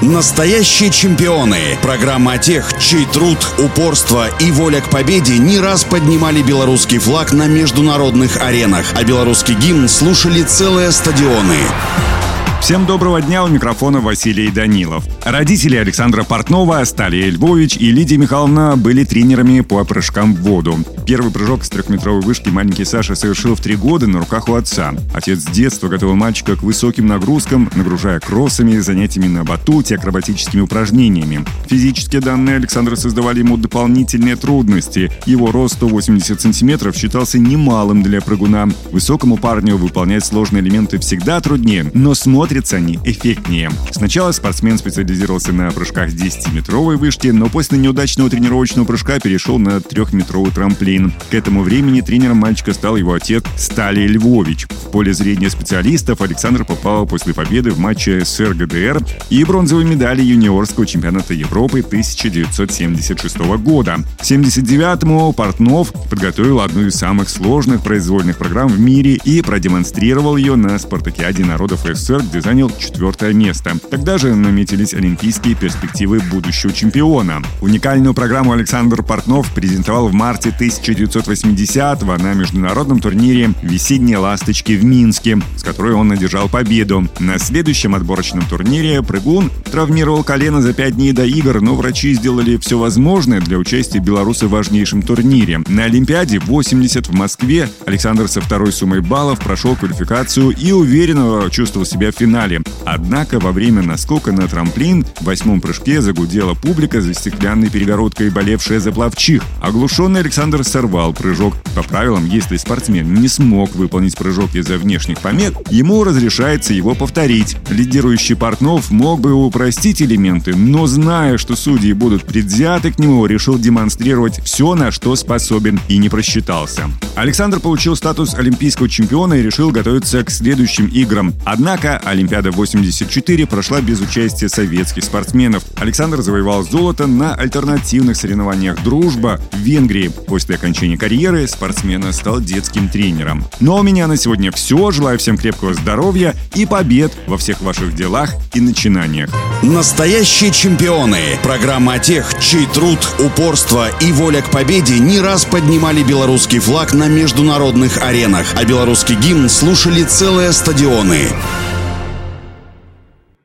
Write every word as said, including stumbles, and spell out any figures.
Настоящие чемпионы. Программа о тех, чей труд, упорство и воля к победе не раз поднимали белорусский флаг на международных аренах, а белорусский гимн слушали целые стадионы. Всем доброго дня, у микрофона Василий Данилов. Родители Александра Портнова, Сталия Львович и Лидия Михайловна были тренерами по прыжкам в воду. Первый прыжок с трехметровой вышки маленький Саша совершил в три года на руках у отца. Отец с детства готовил мальчика к высоким нагрузкам, нагружая кроссами, занятиями на батуте, акробатическими упражнениями. Физические данные Александра создавали ему дополнительные трудности. Его рост сто восемьдесят сантиметров считался немалым для прыгуна. Высокому парню выполнять сложные элементы всегда труднее, но смотрится они эффектнее. Сначала спортсмен специализировался на прыжках с десятиметровой вышки, но после неудачного тренировочного прыжка перешел на трехметровый трамплин. К этому времени тренером мальчика стал его отец Сталия Львович. В поле зрения специалистов Александр попал после победы в матче СССР ГДР и бронзовой медали юниорского чемпионата Европы тысяча девятьсот семьдесят шестого года. К семьдесят девятому Портнов подготовил одну из самых сложных произвольных программ в мире и продемонстрировал ее на Спартакиаде народов СССР, где занял четвертое место. Тогда же наметились олимпийские перспективы будущего чемпиона. Уникальную программу Александр Портнов презентовал в марте тысяча девятьсот восьмидесятого на международном турнире «Весенние ласточки» в Минске, с которой он одержал победу. На следующем отборочном турнире прыгун травмировал колено за пять дней до игр, но врачи сделали все возможное для участия белоруса в важнейшем турнире. На Олимпиаде восемьдесят в Москве Александр со второй суммой баллов прошел квалификацию и уверенно чувствовал себя в финале. Однако во время наскока на трамплин в восьмом прыжке загудела публика за стеклянной перегородкой, болевшая за пловчих. Оглушенный Александр сорвал прыжок. По правилам, если спортсмен не смог выполнить прыжок из-за внешних помех, ему разрешается его повторить. Лидирующий Портнов мог бы упростить элементы, но, зная, что судьи будут предвзяты к нему, решил демонстрировать все, на что способен, и не просчитался. Александр получил статус олимпийского чемпиона и решил готовиться к следующим играм. Однако Олимпиада восемьдесят четыре прошла без участия советских спортсменов. Александр завоевал золото на альтернативных соревнованиях «Дружба» в Венгрии. После окончания карьеры спортсмена стал детским тренером. Ну а у меня на сегодня все. Желаю всем крепкого здоровья и побед во всех ваших делах и начинаниях. Настоящие чемпионы. Программа о тех, чей труд, упорство и воля к победе не раз поднимали белорусский флаг на международных аренах, а белорусский гимн слушали целые стадионы.